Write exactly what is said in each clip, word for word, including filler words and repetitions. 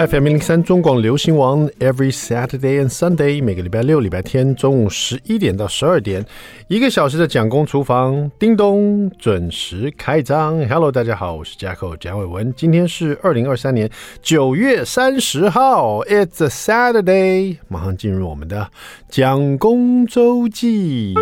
F M 零三中广流行王 Every Saturday and Sunday 每个礼拜六礼拜天中午十一点到十二点一个小时的蒋公厨房叮咚准时开张。 Hello 大家好，我是 Jacko 蒋伟文，今天是二零二三年九月三十号 It's a Saturday， 马上进入我们的蒋公周记。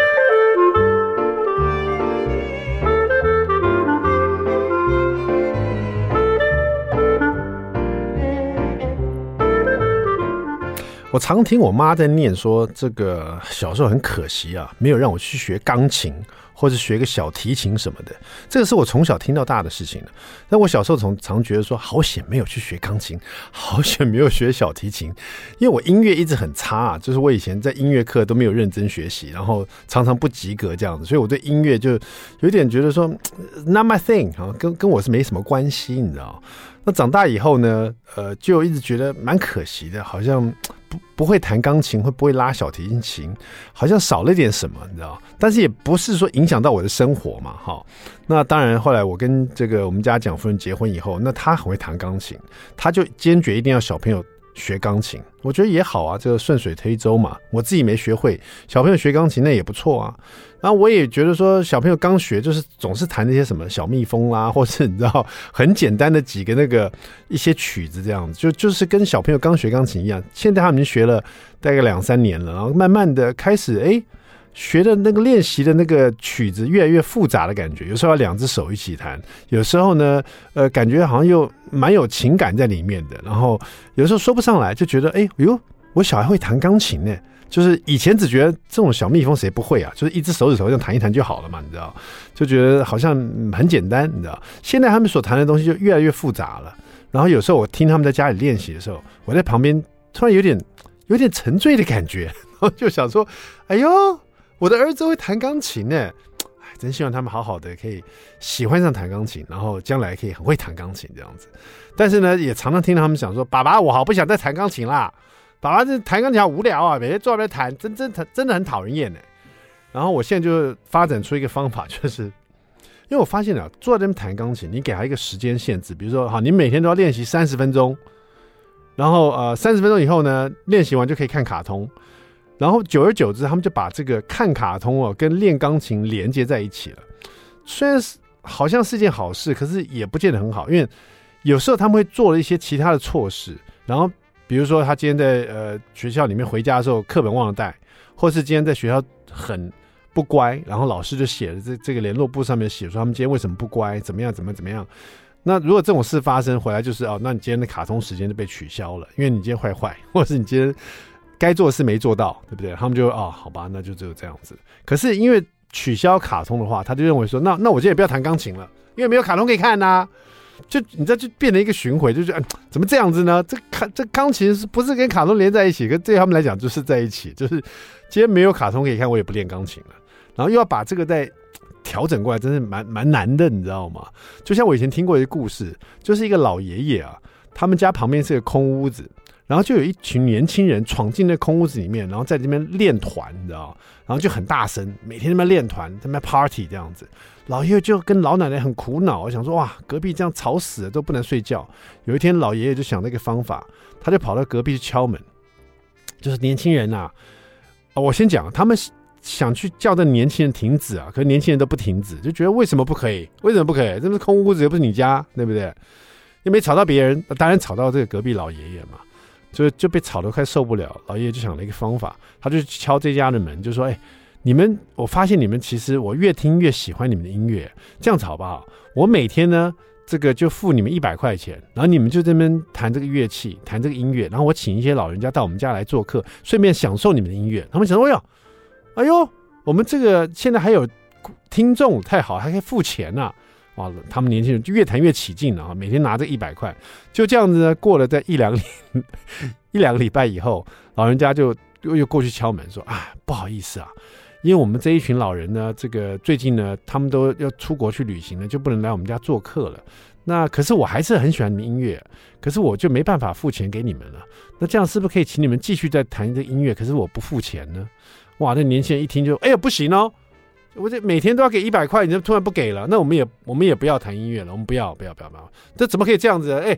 我常听我妈在念说，这个小时候很可惜啊，没有让我去学钢琴或者学个小提琴什么的，这个是我从小听到大的事情了。但我小时候常常觉得说，好险没有去学钢琴，好险没有学小提琴，因为我音乐一直很差啊，就是我以前在音乐课都没有认真学习，然后常常不及格这样子，所以我对音乐就有点觉得说 not my thing 啊，跟跟我是没什么关系，你知道。那长大以后呢，呃，就一直觉得蛮可惜的，好像不不会弹钢琴，会不会拉小提琴，好像少了点什么，你知道？但是也不是说影响到我的生活嘛，哈。那当然，后来我跟这个我们家蒋夫人结婚以后，那她很会弹钢琴，她就坚决一定要小朋友学钢琴，我觉得也好啊，这个顺水推舟嘛。我自己没学会，小朋友学钢琴那也不错啊。然后我也觉得说，小朋友刚学就是总是弹那些什么小蜜蜂啦，或是你知道很简单的几个那个一些曲子这样子，就就是跟小朋友刚学钢琴一样。现在他们已经学了大概两三年了，然后慢慢的开始哎。学的那个练习的那个曲子越来越复杂的感觉，有时候要两只手一起弹，有时候呢，呃，感觉好像又蛮有情感在里面的，然后有时候说不上来，就觉得哎呦，我小孩会弹钢琴呢，就是以前只觉得这种小蜜蜂谁不会啊，就是一只手指头这样弹一弹就好了嘛，你知道，就觉得好像很简单，你知道，现在他们所弹的东西就越来越复杂了，然后有时候我听他们在家里练习的时候，我在旁边突然有点有点沉醉的感觉，然后就想说，哎呦。我的儿子会弹钢琴呢，真希望他们好好的可以喜欢上弹钢琴，然后将来可以很会弹钢琴这样子。但是呢，也常常听到他们讲说：“爸爸，我好不想再弹钢琴啦，爸爸这弹钢琴好无聊啊，每天坐在那边弹，真真真的很讨人厌呢。”然后我现在就发展出一个方法，就是因为我发现了，坐在那边弹钢琴，你给他一个时间限制，比如说，好，你每天都要练习三十分钟，然后呃，三十分钟以后呢，练习完就可以看卡通。然后久而久之，他们就把这个看卡通哦跟练钢琴连接在一起了。虽然是好像是件好事，可是也不见得很好，因为有时候他们会做了一些其他的措施。然后比如说他今天在呃学校里面回家的时候，课本忘了带，或是今天在学校很不乖，然后老师就写了这这个联络簿上面写说他们今天为什么不乖，怎么样怎么怎么样。那如果这种事发生回来，就是哦，那你今天的卡通时间就被取消了，因为你今天坏坏，或是你今天。该做的事没做到，对不对？他们就哦，好吧，那就只有这样子。可是因为取消卡通的话，他就认为说，那那我今天也不要弹钢琴了，因为没有卡通可以看啊。就你知道，就变成一个巡回，就觉得、嗯、怎么这样子呢？这卡这钢琴是不是跟卡通连在一起？可对他们来讲就是在一起，就是今天没有卡通可以看，我也不练钢琴了。然后又要把这个再调整过来，真是蛮蛮难的，你知道吗？就像我以前听过一个故事，就是一个老爷爷啊，他们家旁边是个空屋子。然后就有一群年轻人闯进那空屋子里面，然后在这边练团，你知道，然后就很大声，每天在那边练团，在那边 party 这样子。老爷爷就跟老奶奶很苦恼，我想说哇，隔壁这样吵死了，都不能睡觉。有一天，老爷爷就想了一个方法，他就跑到隔壁去敲门，就是年轻人啊，我先讲，他们想去叫这年轻人停止啊，可是年轻人都不停止，就觉得为什么不可以？为什么不可以？这是空屋子，又不是你家，对不对？又没吵到别人，当然吵到这个隔壁老爷爷嘛。就就被吵得快受不了，老爷爷就想了一个方法，他就敲这家的门，就说：“哎，你们，我发现你们其实我越听越喜欢你们的音乐，这样子好不好？我每天呢，这个就付你们一百块钱，然后你们就在那边弹这个乐器，弹这个音乐，然后我请一些老人家到我们家来做客，顺便享受你们的音乐。他们想说：哎呦，哎呦，我们这个现在还有听众，太好，还可以付钱呢、啊。”哇，他们年轻人就越弹越起劲了啊！每天拿着一百块，就这样子呢，过了在一两一两个礼拜以后，老人家就又又过去敲门说：“啊，不好意思啊，因为我们这一群老人呢，这个最近呢，他们都要出国去旅行了，就不能来我们家做客了。那可是我还是很喜欢你们音乐，可是我就没办法付钱给你们了。那这样是不是可以请你们继续再弹这个音乐？可是我不付钱呢？”哇，那年轻人一听就：“哎呀，不行哦！我这每天都要给一百块，你就突然不给了，那我们也我们也不要弹音乐了，我们不要不要不要不要，这怎么可以这样子？哎，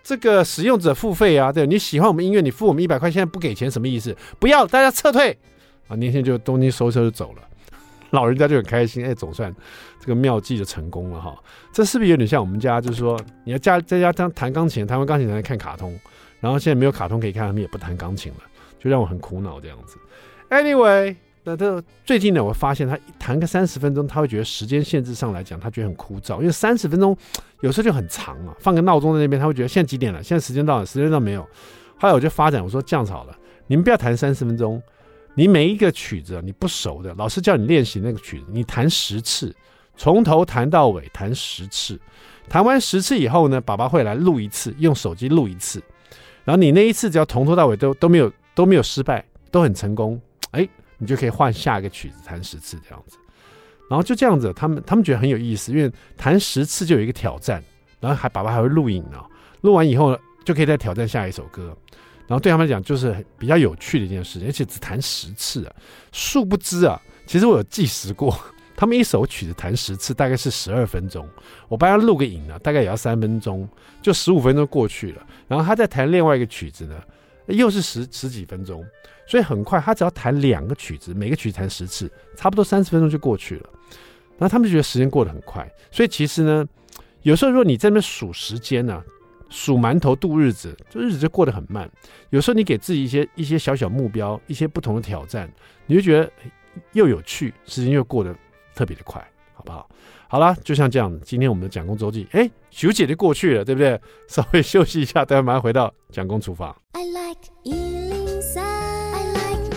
这个使用者付费啊，对，你喜欢我们音乐，你付我们一百块，现在不给钱什么意思？不要，大家撤退啊！年轻人就东西收一收就走了，老人家就很开心，哎，总算这个妙计就成功了哈。这是不是有点像我们家？就是说，你要家在家弹钢琴，弹完钢琴才看卡通，然后现在没有卡通可以看，他们也不弹钢琴了，就让我很苦恼这样子。Anyway。那这最近呢，我发现他弹个三十分钟，他会觉得时间限制上来讲，他觉得很枯燥，因为三十分钟有时候就很长啊。放个闹钟在那边，他会觉得现在几点了？现在时间到了，时间到没有？后来我就发展，我说这样子好了，你们不要弹三十分钟，你每一个曲子你不熟的，老师叫你练习那个曲子，你弹十次，从头弹到尾，弹十次。弹完十次以后呢，爸爸会来录一次，用手机录一次，然后你那一次只要从头到尾都都没有都没有失败，都很成功，哎。你就可以换下一个曲子弹十次这样子，然后就这样子，他们他们觉得很有意思，因为弹十次就有一个挑战，然后还爸爸还会录影啊，录完以后就可以再挑战下一首歌，然后对他们来讲就是比较有趣的一件事情，而且只弹十次啊，殊不知啊，其实我有计时过，他们一首曲子弹十次大概是十二分钟，我帮他录个影啊，大概也要三分钟，就十五分钟过去了，然后他再弹另外一个曲子呢，又是十十几分钟。所以很快，他只要弹两个曲子，每个曲子弹十次，差不多三十分钟就过去了。然后他们就觉得时间过得很快。所以其实呢，有时候如果你在那边数时间呢、啊，数馒头度日子，就日子就过得很慢。有时候你给自己一些一些小小目标，一些不同的挑战，你就觉得又有趣，时间又过得特别的快，好不好？好了，就像这样，今天我们的蒋公周记，哎，九姐就过去了，对不对？稍微休息一下，待会马上回到蒋公厨房。I like 一零三 I like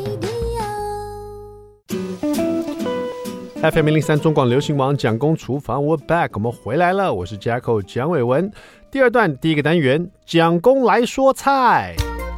radio。F M 一零三中广流行网蒋公厨房 ，We're back， 我们回来了，我是 Jacko 蒋伟文。第二段第一个单元，蒋公来说菜。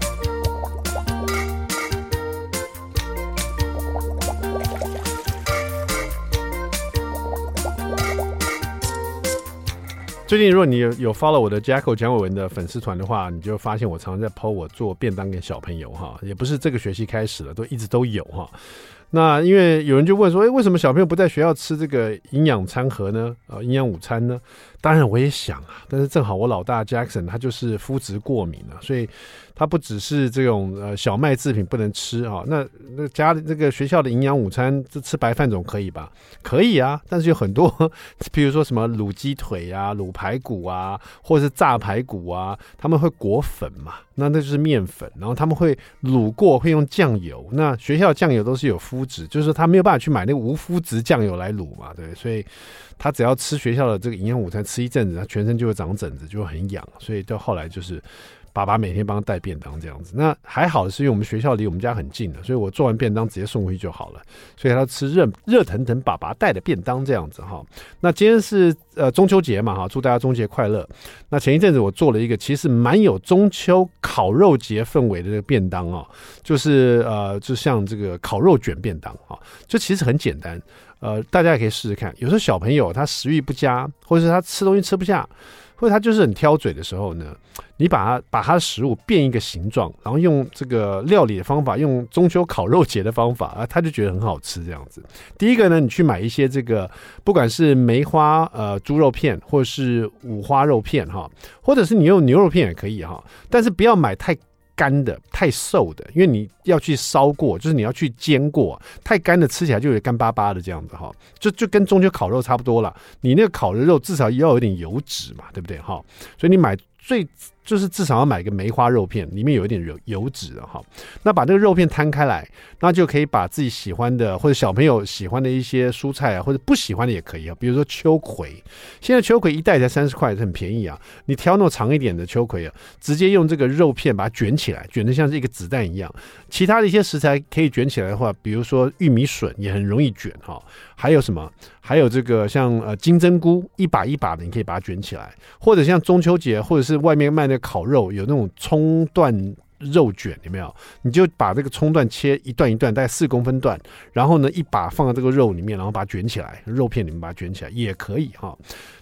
最近如果你有有 follow 我的 Jacko 蒋伟文的粉丝团的话，你就发现我常常在 po 我做便当给小朋友哈，也不是这个学期开始了，都一直都有哈。那因为有人就问说，哎，为什么小朋友不在学校吃这个营养餐盒呢？呃，营养午餐呢？当然我也想啊，但是正好我老大 Jackson 他就是肤质过敏啊，所以他不只是这种呃小麦制品不能吃啊，那那家那个学校的营养午餐，这吃白饭总可以吧？可以啊，但是有很多，比如说什么卤鸡腿啊、卤排骨啊，或者是炸排骨啊，他们会裹粉嘛，那那就是面粉，然后他们会卤过，会用酱油。那学校酱油都是有麸质，就是说他没有办法去买那个无麸质酱油来卤嘛，对，所以他只要吃学校的这个营养午餐，吃一阵子，他全身就会长疹子，就会很痒，所以到后来就是爸爸每天帮他带便当这样子。那还好的是因为我们学校离我们家很近的，所以我做完便当直接送回去就好了，所以他吃热热腾腾爸爸带的便当这样子哈。那今天是呃中秋节嘛哈，祝大家中秋节快乐。那前一阵子我做了一个其实蛮有中秋烤肉节氛围的这个便当哦，就是呃就像这个烤肉卷便当啊，就其实很简单。呃，大家也可以试试看。有时候小朋友他食欲不佳，或者是他吃东西吃不下，或者他就是很挑嘴的时候呢，你把他把他的食物变一个形状，然后用这个料理的方法，用中秋烤肉节的方法啊，他就觉得很好吃这样子。第一个呢，你去买一些这个，不管是梅花呃猪肉片，或者是五花肉片哈，或者是你用牛肉片也可以哈，但是不要买太干的太瘦的，因为你要去烧过，就是你要去煎过，太干的吃起来就有点干巴巴的这样子哈，就就跟中秋烤肉差不多了。你那个烤的肉至少要有点油脂嘛，对不对哈？所以你买最就是至少要买个梅花肉片，里面有一点油油脂的哈。那把这个肉片摊开来，那就可以把自己喜欢的或者小朋友喜欢的一些蔬菜啊，或者不喜欢的也可以啊，比如说秋葵，现在秋葵一袋才三十块，很便宜啊。你挑那种长一点的秋葵啊，直接用这个肉片把它卷起来，卷得像是一个子弹一样。其他的一些食材可以卷起来的话，比如说玉米笋也很容易卷哈。还有什么？还有这个像呃金针菇，一把一把的，你可以把它卷起来，或者像中秋节，或者是外面卖的烤肉，有那种葱段肉卷，有没有？你就把这个葱段切一段一段，大概四公分段，然后呢一把放到这个肉里面，然后把它卷起来，肉片里面把它卷起来也可以哈。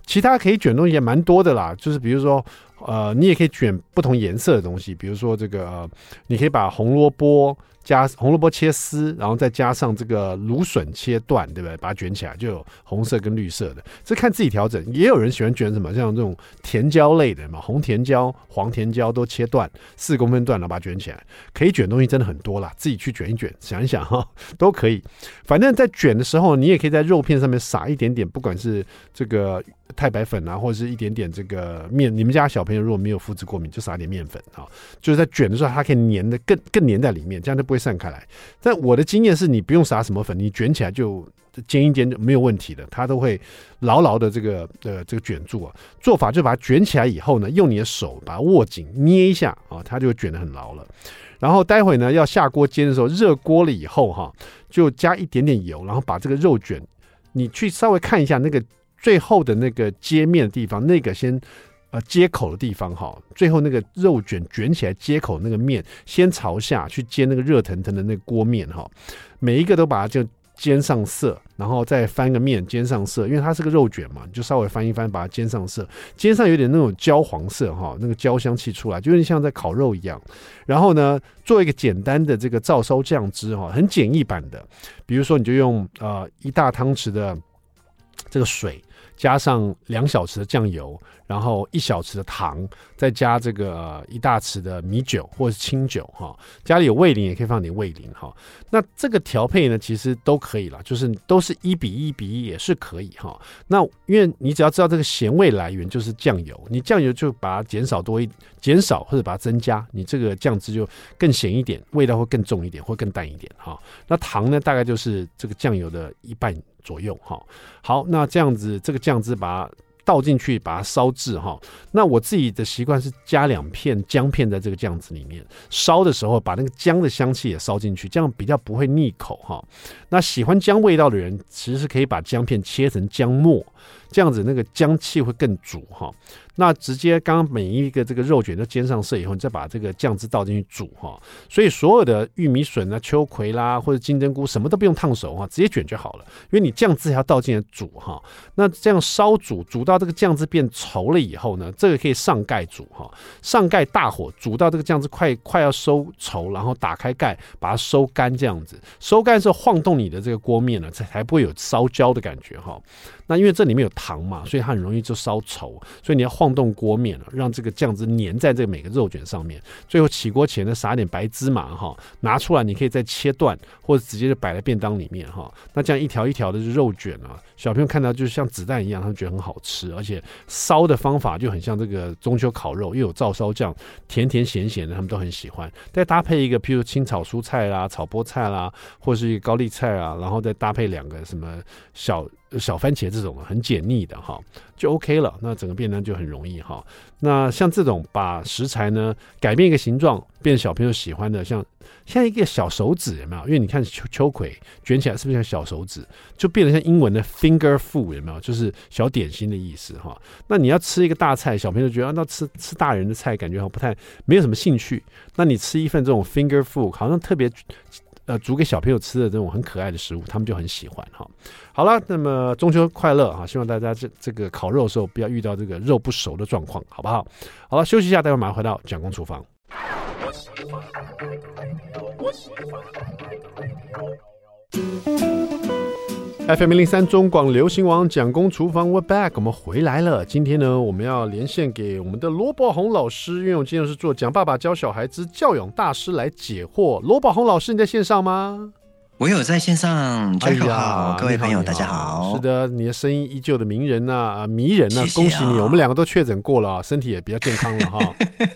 其他可以卷的东西也蛮多的啦，就是比如说呃，你也可以卷不同颜色的东西，比如说这个、呃、你可以把红萝卜加红萝卜切丝，然后再加上这个芦笋切段，对不对？把它卷起来就有红色跟绿色的，这看自己调整。也有人喜欢卷什么，像这种甜椒类的嘛，红甜椒、黄甜椒都切段，四公分段，然后把它卷起来。可以卷的东西真的很多啦，自己去卷一卷，想一想哈，都可以。反正在卷的时候，你也可以在肉片上面撒一点点，不管是这个太白粉啊，或者是一点点这个面。你们家小朋友如果没有麸质过敏，就撒点面粉啊，就是在卷的时候，它可以粘的更更粘在里面，这样就不会散开来。但我的经验是，你不用撒什么粉，你卷起来就煎一煎就没有问题的，它都会牢牢的这个呃这个卷住啊。做法就把它卷起来以后呢，用你的手把它握紧，捏一下啊，它就卷得很牢了。然后待会呢要下锅煎的时候，热锅了以后哈，就加一点点油，然后把这个肉卷，你去稍微看一下那个最后的那个接面的地方，那个先。呃，接口的地方哈，最后那个肉卷卷起来接口那个面，先朝下去煎那个热腾腾的那个锅面哈，每一个都把它就煎上色，然后再翻个面煎上色，因为它是个肉卷嘛，你就稍微翻一翻，把它煎上色，煎上有点那种焦黄色哈，那个焦香气出来，就有点像在烤肉一样。然后呢，做一个简单的这个照烧酱汁哈，很简易版的，比如说你就用呃一大汤匙的这个水。加上两小匙的酱油，然后一小匙的糖，再加这个、呃、一大匙的米酒或者是清酒哈。家里有味淋也可以放点味淋哈。那这个调配呢，其实都可以啦，就是都是一比一比一也是可以哈。那因为你只要知道这个咸味来源就是酱油，你酱油就把它减少多一减少或者把它增加，你这个酱汁就更咸一点，味道会更重一点或更淡一点哈。那糖呢，大概就是这个酱油的一半左右哈。好，那这样子这个酱汁把它倒进去，把它烧制哈。那我自己的习惯是加两片姜片在这个酱汁里面，烧的时候把那个姜的香气也烧进去，这样比较不会腻口哈。那喜欢姜味道的人，其实是可以把姜片切成姜末，这样子那个姜气会更足哈。那直接刚刚每一个这个肉卷都煎上色以后，你再把这个酱汁倒进去煮哈。所以所有的玉米笋啊、秋葵啦或者金针菇什么都不用烫熟哈，直接卷就好了。因为你酱汁还要倒进来煮哈。那这样烧煮煮到这个酱汁变稠了以后呢，这个可以上盖煮哈，上盖大火煮到这个酱汁快快要收稠，然后打开盖把它收干，这样子收干的时候晃动你的这个锅面呢，才不会有烧焦的感觉哈。那因为这里面有糖嘛，所以它很容易就烧稠，所以你要晃动锅面，让这个酱汁粘在这个每个肉卷上面。最后起锅前呢，撒点白芝麻哈，拿出来你可以再切断，或者直接就摆在便当里面哈。那这样一条一条的肉卷啊，小朋友看到就像子弹一样，他们觉得很好吃，而且烧的方法就很像这个中秋烤肉，又有照烧酱，甜甜咸咸的，他们都很喜欢。再搭配一个，譬如清炒蔬菜啦、炒菠菜啦，或是一个高丽菜啊，然后再搭配两个什么小。小番茄这种很解腻的哈，就 OK 了。那整个便当就很容易哈。那像这种把食材呢改变一个形状，变小朋友喜欢的，像像一个小手指有没有？因为你看秋秋葵卷起来是不是像小手指？就变得像英文的 finger food 有没有？就是小点心的意思哈。那你要吃一个大菜，小朋友觉得、啊、那吃吃大人的菜感觉好不太没有什么兴趣。那你吃一份这种 finger food， 好像特别。呃，煮给小朋友吃的这种很可爱的食物，他们就很喜欢哈。好了，那么中秋快乐啊！希望大家这这个烤肉的时候不要遇到这个肉不熟的状况，好不好？好了，休息一下，待会马上回到蒋公厨房。F M 零三中广流行网蒋公厨房 We're back， 我们回来了。今天呢，我们要连线给我们的罗宝红老师，因为我今天是做蒋爸爸教小孩之教养大师来解惑。罗宝红老师，你在线上吗？ 我有在线上， 哎呀， 好，各位朋友大家好。 是的，你的声音依旧的名人呐、啊，迷人呐、啊，恭喜你！我们两个都确诊过了，身体也比较健康了哈。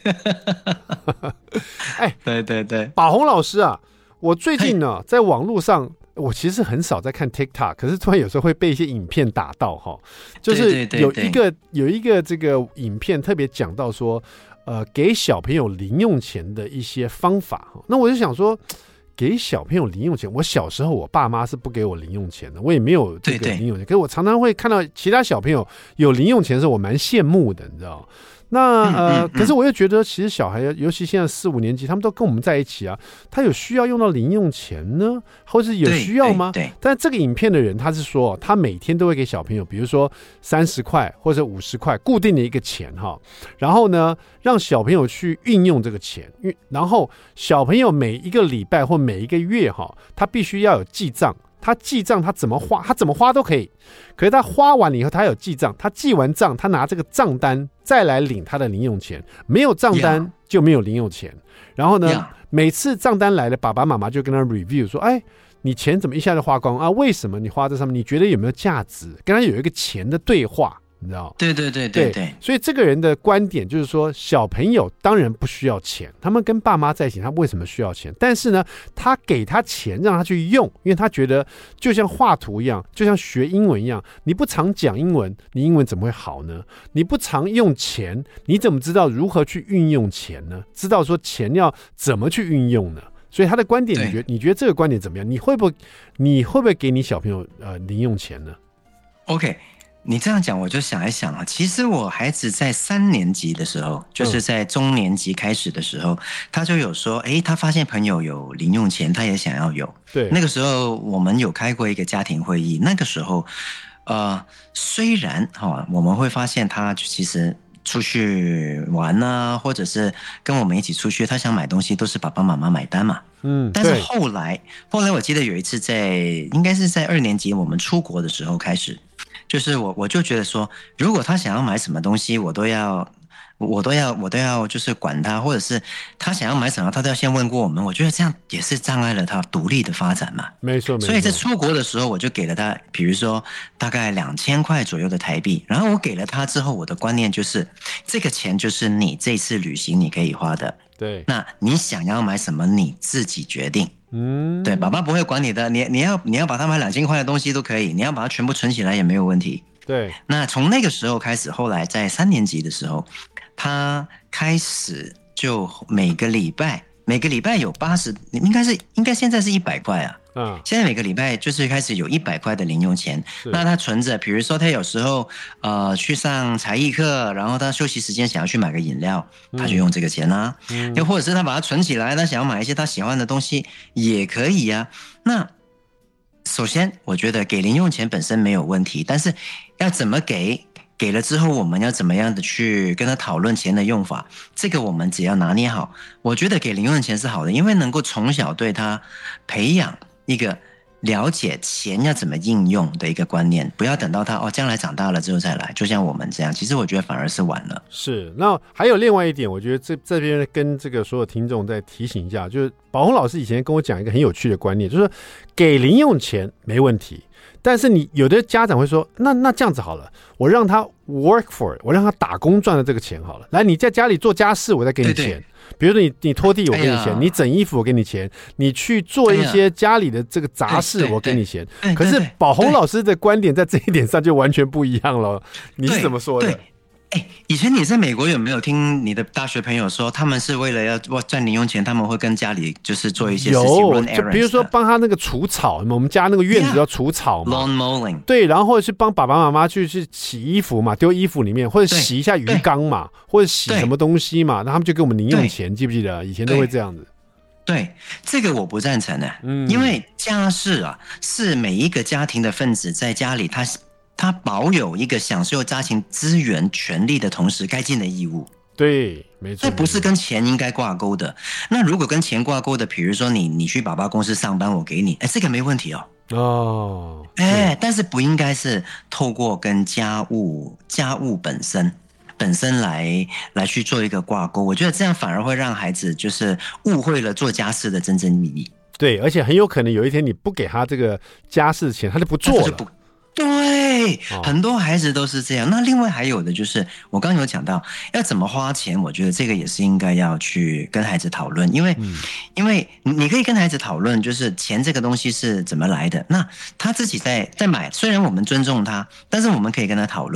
哎， 对对对， 宝红老师啊，我最近呢在网络上。我其实很少在看 TikTok， 可是突然有时候会被一些影片打到哈，就是有一个有一个这个影片特别讲到说，呃，给小朋友零用钱的一些方法。那我就想说，给小朋友零用钱，我小时候我爸妈是不给我零用钱的，我也没有这个零用钱，可是我常常会看到其他小朋友有零用钱的时候，我蛮羡慕的，你知道。 那呃，可是我又觉得，其实小孩，尤其现在四五年级，他们都跟我们在一起啊，他有需要用到零用钱呢，或是有需要吗？ 对。对对， 但这个影片的人他是说，他每天都会给小朋友，比如说三十块或者五十块，固定的一个钱哈，然后呢，让小朋友去运用这个钱，然后小朋友每一个礼拜或每一个月哈，他必须要有记账。他记账，他怎么花，他怎么花都可以。可是他花完了以后，他有记账，他记完账，他拿这个账单再来领他的零用钱。没有账单就没有零用钱。然后呢， yeah. 每次账单来了，爸爸妈妈就跟他 review 说：“哎，你钱怎么一下就花光啊？为什么你花在上面？你觉得有没有价值？”跟他有一个钱的对话。你知道？ 对对对对 对, 对， 所以这个人的观点就是说，小朋友当然不需要钱，他们跟爸妈在一起，他为什么需要钱？但是呢，他给他钱让他去用，因为他觉得就像画图一样，就像学英文一样，你不常讲英文，你英文怎么会好呢？你不常用钱，你怎么知道如何去运用钱呢？知道说钱要怎么去运用呢？所以他的观点，你觉得你觉得这个观点怎么样？你会不会你会不会给你小朋友呃零用钱呢 ？OK。你这样讲，我就想一想啊，其实我孩子在三年级的时候，就是在中年级开始的时候，嗯、他就有说，哎，他发现朋友有零用钱，他也想要有。 对， 那个时候我们有开过一个家庭会议，那个时候，呃，虽然哈、哦，我们会发现他其实出去玩啊，或者是跟我们一起出去，他想买东西都是爸爸妈妈买单嘛。 嗯， 但是后来，后来我记得有一次在，应该是在二年级我们出国的时候开始。就是我，我就觉得说，如果他想要买什么东西，我都要，我都要，我都要，就是管他，或者是他想要买什么，他都要先问过我们。我觉得这样也是障碍了他独立的发展嘛。 没错，没错。 所以在出国的时候，我就给了他，比如说大概两千块左右的台币。然后我给了他之后，我的观念就是，这个钱就是你这次旅行你可以花的。 对。 那你想要买什么，你自己决定。 嗯， 对，爸爸不会管你的，你你要你要把它买两千块的东西都可以，你要把它全部存起来也没有问题。 对， 那从那个时候开始，后来在三年级的时候，他开始就每个礼拜每个礼拜有八十，应该是应该现在是一百块啊。嗯，现在每个礼拜就是开始有一百块的零用钱，那他存着，比如说他有时候呃去上才艺课，然后他休息时间想要去买个饮料，他就用这个钱啊，嗯、又或者是他把它存起来，他想要买一些他喜欢的东西也可以啊。那首先我觉得给零用钱本身没有问题，但是要怎么给？给了之后，我们要怎么样的去跟他讨论钱的用法？这个我们只要拿捏好。我觉得给零用钱是好的，因为能够从小对他培养一个了解钱要怎么应用的一个观念，不要等到他哦将来长大了之后再来。就像我们这样，其实我觉得反而是晚了。 是，那还有另外一点，我觉得这这边跟这个所有听众再提醒一下，就是宝宏老师以前跟我讲一个很有趣的观念，就是说给零用钱没问题。但是你有的家长会说，那那这样子好了，我让他 work for it， 我让他打工赚了这个钱好了。来，你在家里做家事，我再给你钱。对对，比如说你你拖地，我给你钱；哎、你整衣服，我给你钱；你去做一些家里的这个杂事，我给你钱。哎、可是宝宏老师的观点在这一点上就完全不一样了。你是怎么说的？ 哎，以前你在美国有没有听你的大学朋友说，他们是为了要赚零用钱，他们会跟家里就是做一些事情？ 有，就比如说帮他那个除草，我们家那个院子要除草嘛 ，lawn mowing。 对，然后或者是帮爸爸妈妈去去洗衣服嘛，丢衣服里面，或者洗一下鱼缸嘛，或者洗什么东西嘛，那他们就给我们零用钱，记不记得？以前都会这样子。 对，这个我不赞成的，嗯，因为家事啊，是每一个家庭的分子在家里他。他保有一个享受家庭资源权利的同时该尽的义务。 对，没错， 这不是跟钱应该挂钩的。那如果跟钱挂钩的，比如说你你去爸爸公司上班，我给你，哎，这个没问题哦。 哦， 哎，但是不应该是透过跟家务家务本身本身来来去做一个挂钩。我觉得这样反而会让孩子就是误会了做家事的真正意义。 对，而且很有可能有一天你不给他这个家事钱，他就不做了。 对，很多孩子都是这样。那另外还有的就是，我刚刚有讲到要怎么花钱，我觉得这个也是应该要去跟孩子讨论，因为，嗯、因为你可以跟孩子讨论，就是钱这个东西是怎么来的。那他自己在在买，虽然我们尊重他，但是我们可以跟他讨论。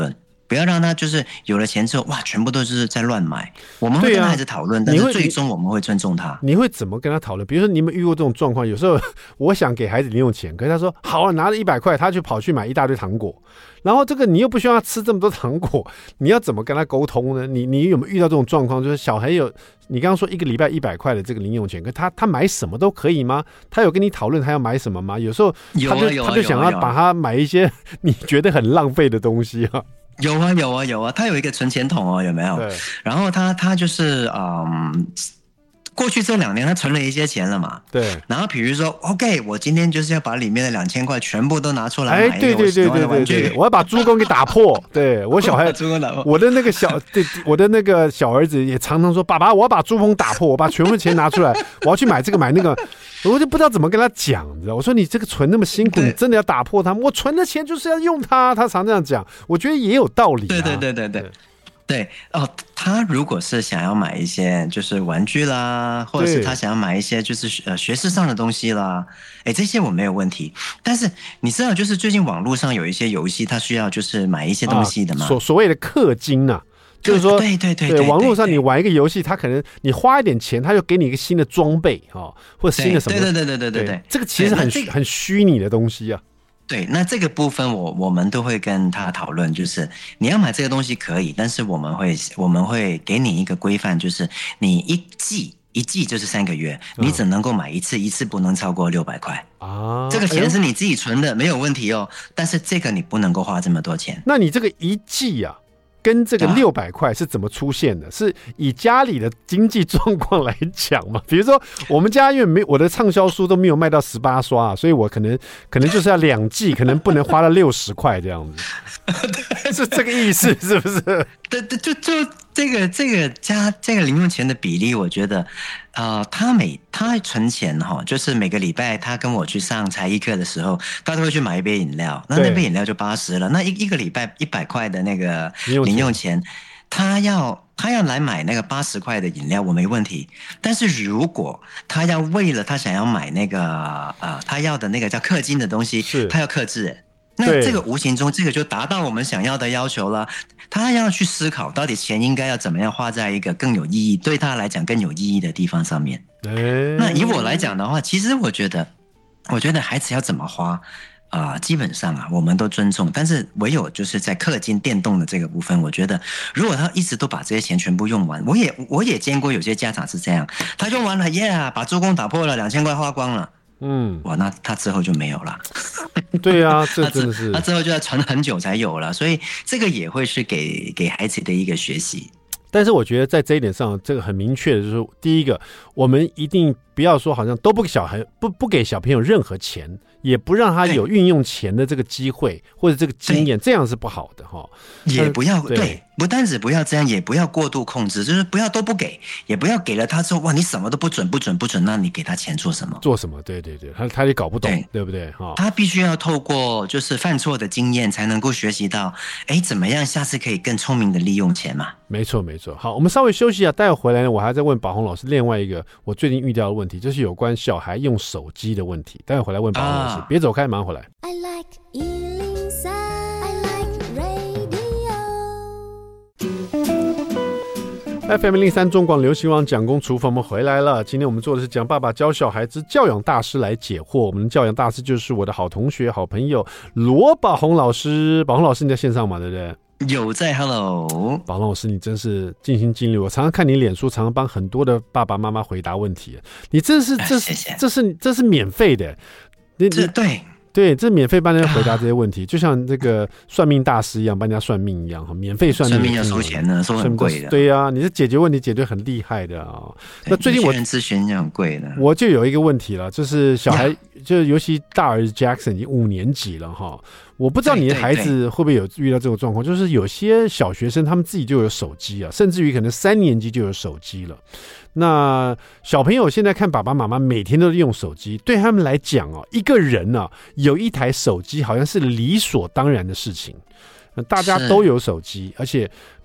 不要让他就是有了钱之后，哇，全部都是在乱买。我们会跟孩子讨论、啊，但是最终我们会尊重他。 你会怎么跟他讨论？比如说，你有没有遇过这种状况？有时候我想给孩子零用钱，可是他说好啊，拿了一百块，他就跑去买一大堆糖果。然后这个你又不希望他吃这么多糖果，你要怎么跟他沟通呢？你你有没有遇到这种状况？就是小孩有你刚刚说一个礼拜一百块的这个零用钱，可他他买什么都可以吗？他有跟你讨论他要买什么吗？有时候他就、啊啊、他就想要把他买一些你觉得很浪费的东西啊。 有啊有啊有啊，他有一个存钱筒哦，有没有？然后他他就是嗯。过去这两年他存了一些钱了嘛，对，然后比如说 OK 我今天就是要把里面的两千块全部都拿出来买一个我喜欢的玩具，对对对对对， 我要把猪公给打破对，我小孩猪公打破， 我的那个小对我的那个小儿子也常常说爸爸我要把猪公打破，我把全部钱拿出来我要去买这个买那个，我就不知道怎么跟他讲，你知道，我说你这个存那么辛苦，你真的要打破它，我存的钱就是要用它，他常这样讲，我觉得也有道理、啊、 对对对对对对对哦，他如果是想要买一些就是玩具啦，或者是他想要买一些就是呃学识上的东西啦，哎，这些我没有问题。但是你知道，就是最近网络上有一些游戏，他需要就是买一些东西的嘛，啊、 所所谓的氪金啊，就是说， 对对对 对, 对, 对， 网络上你玩一个游戏，他可能你花一点钱，他就给你一个新的装备啊，或者新的什么， 对对对对对对对， 这个其实很很虚拟的东西啊。 对，那这个部分我我们都会跟他讨论，就是你要买这个东西可以，但是我们会我们会给你一个规范，就是你一季一季就是三个月，你只能够买一次，一次不能超过六百块啊。这个钱是你自己存的，哎、没有问题哦，但是这个你不能够花这么多钱。 那你这个一季啊，跟这个六百块是怎么出现的？是以家里的经济状况来讲嘛？比如说我们家因为没我的畅销书都没有卖到十八刷、啊，所以我可能可能就是要两季，可能不能花到六十块这样子，是这个意思是不是？ 对对，就就这个这个加这个零用钱的比例，我觉得，呃，他每他存钱哈，就是每个礼拜他跟我去上才艺课的时候，他都会去买一杯饮料，那那杯饮料就八十了，那一一个礼拜一百块的那个零用钱，他要他要来买那个八十块的饮料，我没问题。但是如果他要为了他想要买那个呃他要的那个叫氪金的东西，他要克制。那这个无形中，这个就达到我们想要的要求了。他要去思考，到底钱应该要怎么样花在一个更有意义，对他来讲更有意义的地方上面。欸、那以我来讲的话，其实我觉得，我觉得孩子要怎么花啊、呃，基本上啊，我们都尊重。但是唯有就是在氪金电动的这个部分，我觉得如果他一直都把这些钱全部用完，我也我也见过有些家长是这样，他用完了，耶、yeah, 把猪公打破了，两千块花光了。嗯，哇，那他之后就没有了。 对啊，这真的是他之后就要存很久才有了，所以这个也会是给给孩子的一个学习。 但是我觉得在这一点上，这个很明确的就是，第一个，我们一定不要说好像都不给小孩不不给小朋友任何钱，也不让他有运用钱的这个机会或者这个经验，这样是不好的哈。 也不要 对, 对，不单止不要这样，也不要过度控制，就是不要都不给，也不要给了他之后，哇，你什么都不准不准不准，那你给他钱做什么？ 做什么？对对对，他他也搞不懂，对, 对不对？哈， 他必须要透过就是犯错的经验，才能够学习到，哎，怎么样下次可以更聪明的利用钱嘛？ 没错没错。好，我们稍微休息一下，待会回来呢，我还在问宝宏老师另外一个我最近遇到的问题，就是有关小孩用手机的问题。待会回来问宝宏老师，别、啊、走开，马上回来。I like 一零三 I like radio。F M 零三中广流行网蒋公厨房，我们回来了。今天我们做的是讲爸爸教小孩之教养大师来解惑。我们的教养大师就是我的好同学、好朋友罗宝宏老师。宝宏老师，你在线上吗？对不对？ 有在 ，Hello， 宝宏老师，你真是尽心尽力。我常常看你脸书，常常帮很多的爸爸妈妈回答问题。你这是这是、哎、谢谢这是这是免费的，你这对。 对，这免费帮人家回答这些问题，啊、就像这个算命大师一样，帮人家算命一样，免费算命。 算命要收钱呢，收很贵的。 对啊，你是解决问题解决很厉害的啊、哦。那最近我咨询也很贵的， 我就有一个问题了，就是小孩，就尤其大儿子 Jackson 已经五年级了哈。我不知道你的孩子会不会有遇到这种状况，就是有些小学生他们自己就有手机啊，甚至于可能三年级就有手机了。那小朋友现在看爸爸妈妈每天都用手机，对他们来讲哦，一个人啊有一台手机好像是理所当然的事情，大家都有手机，而且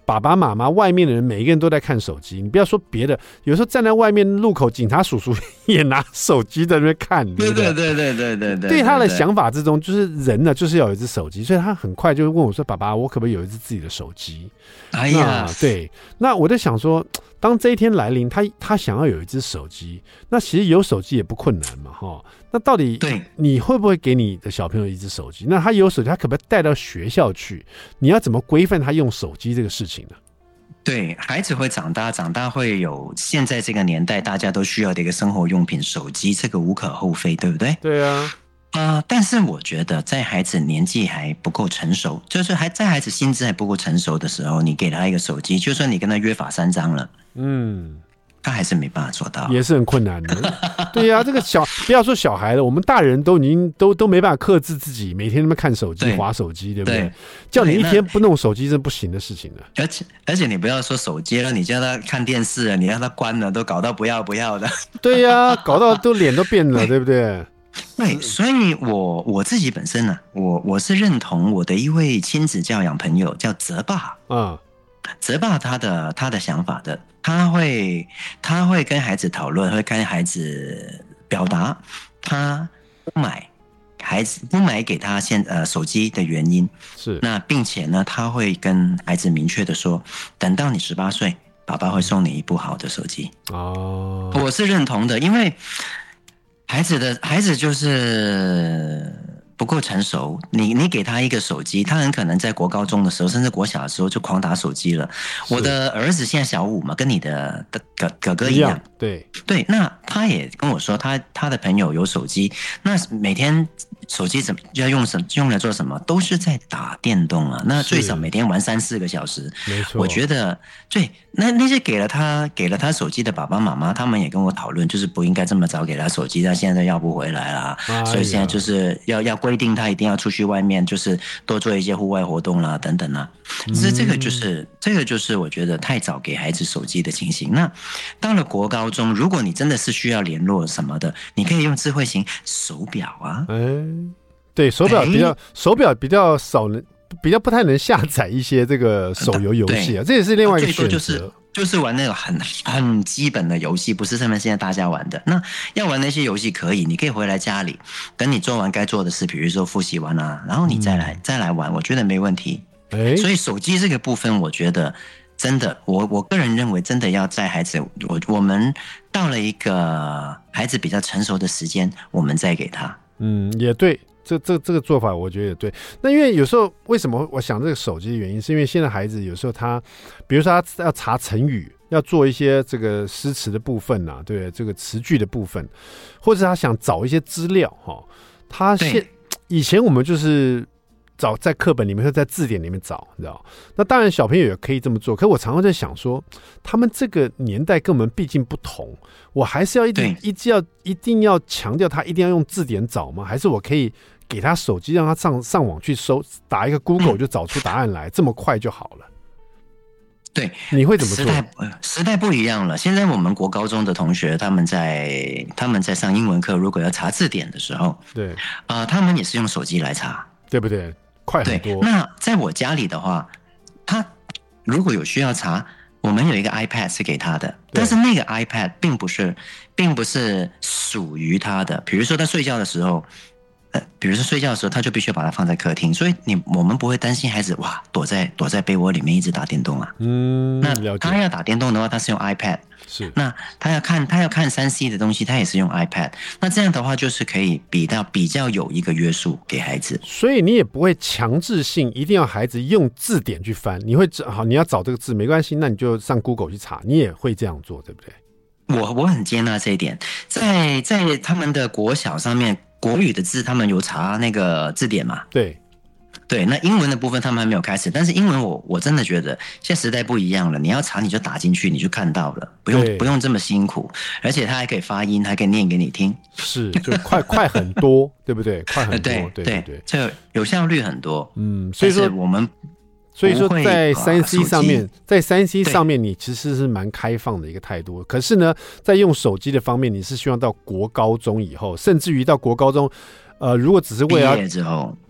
爸爸妈妈外面的人每一个人都在看手机，你不要说别的，有时候站在外面路口，警察叔叔也拿手机在那边看， 对对对对对对对。 对他的想法之中，就是人呢就是要有一只手机，所以他很快就会问我说：“爸爸，我可不可以有一只自己的手机？” 哎呀， 对，那我在想说，当这一天来临，他他想要有一只手机，那其实有手机也不困难嘛，哈。那到底你会不会给你的小朋友一只手机？那他有手机，他可不可以带到学校去？你要怎么规范他用手机这个事情呢？ 对，孩子会长大，长大会有现在这个年代大家都需要的一个生活用品——手机，这个无可厚非，对不对？ 对啊。 呃，但是我觉得在孩子年纪还不够成熟，就是还在孩子心智还不够成熟的时候，你给他一个手机，就算你跟他约法三章了，嗯，他还是没办法做到， 也是很困难的。对呀、啊，这个小不要说小孩了，我们大人都已经都都没办法克制自己，每天那么看手机、滑手机，对不对？对，叫你一天不弄手机是不行的事情了。 而且而且你不要说手机了，你叫他看电视了，你让他关了，都搞到不要不要的。 对呀、啊，搞到都脸都变了，对不对？ 对，所以我我自己本身呢、啊，我我是认同我的一位亲子教养朋友叫泽爸，嗯，泽爸他的他的想法的，他会他会跟孩子讨论，会跟孩子表达他不买孩子不买给他现呃手机的原因是，那并且呢，他会跟孩子明确的说，等到你十八岁，爸爸会送你一部好的手机。哦，我是认同的，因为。孩子的孩子就是不够成熟，你你给他一个手机，他很可能在国高中的时候，甚至国小的时候就狂打手机了。我的儿子现在小五嘛，跟你的哥哥哥一样，一样对对。那他也跟我说，他他的朋友有手机，那每天手机怎么要用什么用来做什么，都是在打电动啊。那最少每天玩三四个小时，没错。我觉得对，那那些给了他给了他手机的爸爸妈妈，他们也跟我讨论，就是不应该这么早给他手机，他现在要不回来啦，哎、所以现在就是要要规定他一定要出去外面，就是多做一些户外活动啦，等等啦。其实这个就是、嗯、这个就是我觉得太早给孩子手机的情形。那到了国高中，如果你真的是需要联络什么的，你可以用智慧型手表啊。 嗯，对，手表比较、欸、手表比较少能，比较不太能下载一些这个手游游戏啊，这也是另外一个选择。 就是就是玩那种很很基本的游戏，不是他们现在大家玩的。那要玩那些游戏可以，你可以回来家里，等你做完该做的事，比如说复习完啊，然后你再来、嗯、再来玩，我觉得没问题。欸、所以手机这个部分，我觉得真的，我我个人认为，真的要在孩子，我我们到了一个孩子比较成熟的时间，我们再给他。 嗯，也对。这这这个做法我觉得也对。那因为有时候为什么我想这个手机的原因，是因为现在孩子有时候他，比如说他要查成语，要做一些这个诗词的部分啊，对，这个词句的部分，或者他想找一些资料哈，他现以前我们就是找在课本里面或在字典里面找，你知道？那当然小朋友也可以这么做，可我常常在想说，他们这个年代跟我们毕竟不同，我还是要一定一定要一定要强调他一定要用字典找吗？还是我可以给他手机，让他上上网去搜，打一个 Google 就找出答案来，嗯、这么快就好了？ 对， 你会怎么做？ 时代时代不一样了。现在我们国高中的同学，他们在他们在上英文课，如果要查字典的时候，对啊、呃，他们也是用手机来查， 对不对？快很多。 那在我家里的话，他如果有需要查，我们有一个 iPad 是给他的，但是那个 iPad 并不是并不是属于他的。比如说他睡觉的时候。呃，比如说睡觉的时候，他就必须把它放在客厅，所以你我们不会担心孩子哇躲在躲在被窝里面一直打电动啊。嗯，那他要打电动的话，他是用 iPad。是，那他要看他要看三 C 的东西，他也是用 iPad。那这样的话，就是可以比较比较有一个约束给孩子。 所以你也不会强制性一定要孩子用字典去翻，你会好你要找这个字没关系，那你就上 Google 去查，你也会这样做，对不对？ 我我很接纳这一点，在在他们的国小上面。国语的字他们有查那个字典嘛？ 对， 对，那英文的部分他们还没有开始，但是英文我我真的觉得现在时代不一样了，你要查你就打进去，你就看到了，不用不用这么辛苦，而且它还可以发音，还可以念给你听， 是就快快很多，对不对？快很多， 对对对对， 这有效率很多， 嗯，所以说我们。 所以说，在三 C 上面，在三 C 上面，你其实是蛮开放的一个态度。可是呢，在用手机的方面，你是希望到国高中以后，甚至于到国高中，呃，如如果只是为了毕业之后，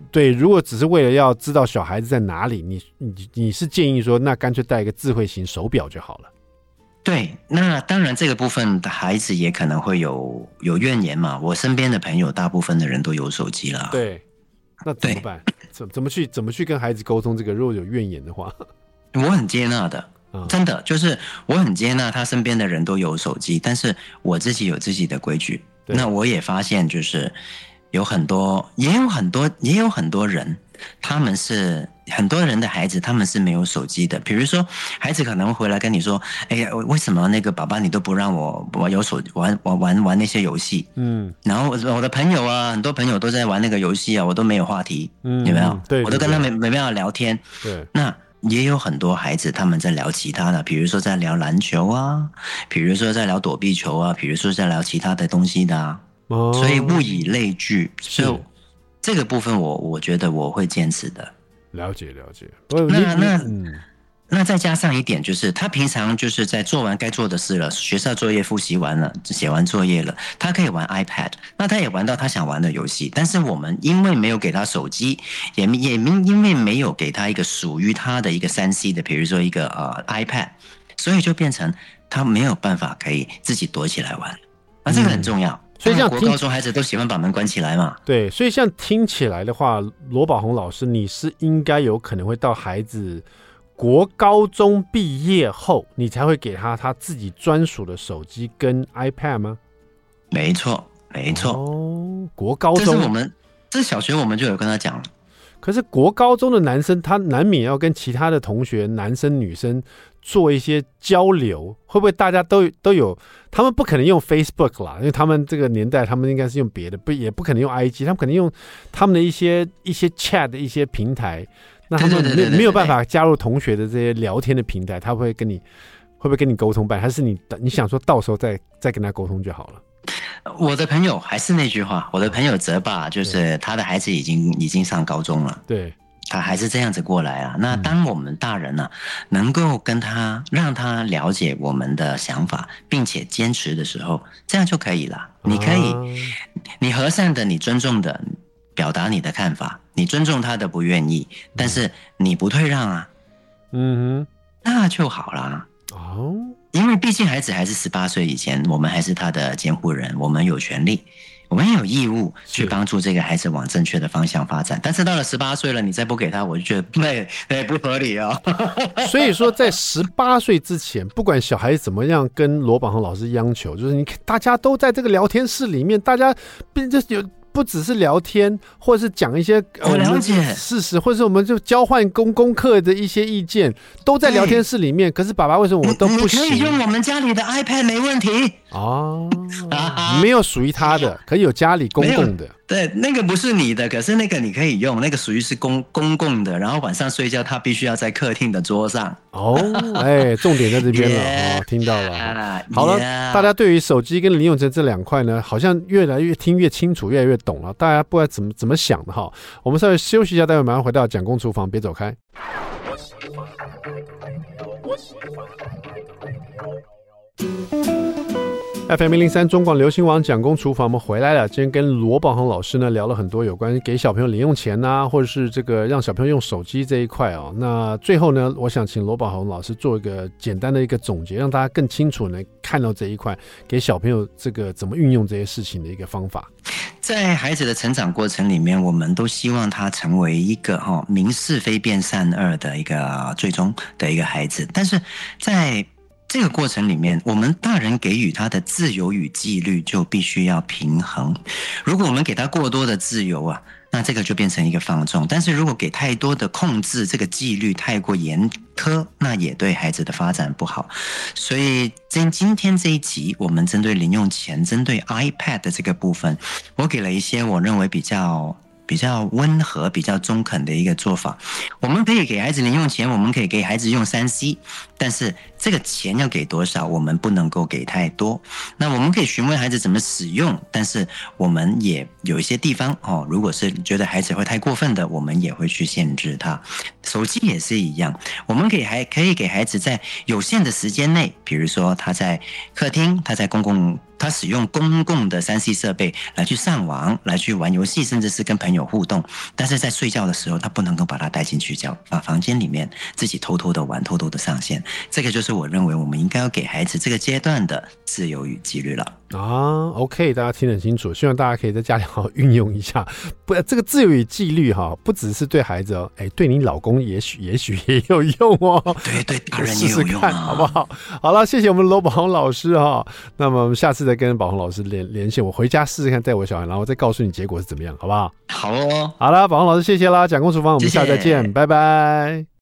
对，如果只是为了要知道小孩子在哪里，你你你是建议说，那干脆带一个智慧型手表就好了。 对，那当然这个部分的孩子也可能会有有怨言嘛。我身边的朋友大部分的人都有手机了， 对，那怎么办？怎怎么去怎么去跟孩子沟通这个？如果有怨言的话， 我很接纳的。真的就是我很接纳他身边的人都有手机，但是我自己有自己的规矩。那我也发现就是有很多也有很多也有很多人，他们是很多人的孩子他们是没有手机的。比如说孩子可能会回来跟你说，哎呀，为什么那个爸爸你都不让我我有手玩玩玩玩那些游戏？嗯，然后我的朋友啊，很多朋友都在玩那个游戏啊，我都没有话题。嗯，有没有？对，我都跟他没没办法聊天。对，那也有很多孩子他们在聊其他的，比如说在聊篮球啊，比如说在聊躲避球啊，比如说在聊其他的东西的啊。哦，所以物以类聚，所以这个部分我我觉得我会坚持的。 了解了解。 那那嗯。那再加上一点，就是他平常就是在做完该做的事了，学校作业复习完了，写完作业了，他可以玩 iPad， 那他也玩到他想玩的游戏。但是我们因为没有给他手机，也也因为没有给他一个属于他的一个 三 C 的，比如说一个呃 iPad， 所以就变成他没有办法可以自己躲起来玩。那这个很重要。嗯， 所以像国高中孩子都喜欢把门关起来嘛。 对，所以像听起来的话，罗宝鸿老师，你是应该有可能会到孩子国高中毕业后，你才会给他他自己专属的手机跟 iPad 吗？ 没错，没错。 哦，国高中， 这是我们这小学我们就有跟他讲了。 可是国高中的男生，他难免要跟其他的同学，男生女生做一些交流，会不会大家都都有？他们不可能用 Facebook 啦，因为他们这个年代，他们应该是用别的，不也不可能用 I G， 他们可能用他们的一些一些 chat 的一些平台。那他们没没有办法加入同学的这些聊天的平台，他会跟你会不会跟你沟通办？还是你你想说到时候再再跟他沟通就好了？ 我的朋友还是那句话，我的朋友泽爸就是他的孩子已经已经上高中了， 对， 他还是这样子过来啊。那当我们大人呢、啊，能够跟他让他了解我们的想法，并且坚持的时候，这样就可以了。你可以，啊、你和善的，你尊重的表达你的看法，你尊重他的不愿意，但是你不退让啊，嗯哼，那就好啦。哦，因为毕竟孩子还是十八岁以前，我们还是他的监护人，我们有权利，我们也有义务去帮助这个孩子往正确的方向发展。但是到了十八岁了，你再不给他，我就觉得那那不合理啊。 所以说，在十八岁之前，不管小孩怎么样跟罗宝鸿老师央求，就是你大家都在这个聊天室里面，大家就有。不只是聊天，或者是讲一些我了解事实，或者是我们就交换功功课的一些意见，都在聊天室里面。可是爸爸为什么我们都不行？ 你可以用我们家里的 iPad 没问题哦，没有属于他的，可以有家里公共的。 对，那个不是你的，可是那个你可以用，那个属于是公公共的。然后晚上睡觉，他必须要在客厅的桌上。 哦，哎，重点在这边了、yeah, 哦，听到了。Uh, 好了， yeah. 大家对于手机跟零用钱这两块呢，好像越来越听越清楚，越来越懂了。大家不知道怎么怎么想的哈。我们稍微休息一下，待会马上回到蒋公厨房，别走开。F M 一零三中广流行网蒋公厨房，我们回来了。今天跟罗宝鸿老师呢聊了很多有关给小朋友零用钱啊，或者是这个让小朋友用手机这一块哦。那最后呢，我想请罗宝鸿老师做一个简单的一个总结，让大家更清楚呢看到这一块给小朋友这个怎么运用这些事情的一个方法。 在孩子的成长过程里面，我们都希望他成为一个哈明是非辨善恶的一个最终的一个孩子，但是在这个过程里面，我们大人给予他的自由与纪律就必须要平衡。如果我们给他过多的自由啊，那这个就变成一个放纵。但是如果给太多的控制，这个纪律太过严苛，那也对孩子的发展不好。所以在今天这一集，我们针对零用钱，针对 iPad 的这个部分，我给了一些我认为比较比较温和、比较中肯的一个做法。我们可以给孩子零用钱，我们可以给孩子用 三 C， 但是这个钱要给多少，我们不能够给太多。那我们可以询问孩子怎么使用，但是我们也有一些地方哦，如果是觉得孩子会太过分的，我们也会去限制他。手机也是一样，我们可以还可以给孩子在有限的时间内，比如说他在客厅，他在公共他使用公共的 三 C 设备来去上网，来去玩游戏，甚至是跟朋友互动，但是在睡觉的时候他不能够把他带进去叫把房间里面自己偷偷的玩，偷偷的上线。这个就是我认为我们应该要给孩子这个阶段的自由与纪律了啊。 OK， 大家听得很清楚，希望大家可以在家里好好运用一下。不，这个自由与纪律哈，不只是对孩子哦，哎，对你老公也许也许也有用哦。 对对，大人也有用啊， 试试看好不好？好了，谢谢我们罗宝红老师哈。那么我们下次再跟宝红老师连连线，我回家试试看带我小孩，然后再告诉你结果是怎么样，好不好？ 好哦。 好了，宝红老师谢谢啦，蒋公厨房，我们下次再见，谢谢，拜拜。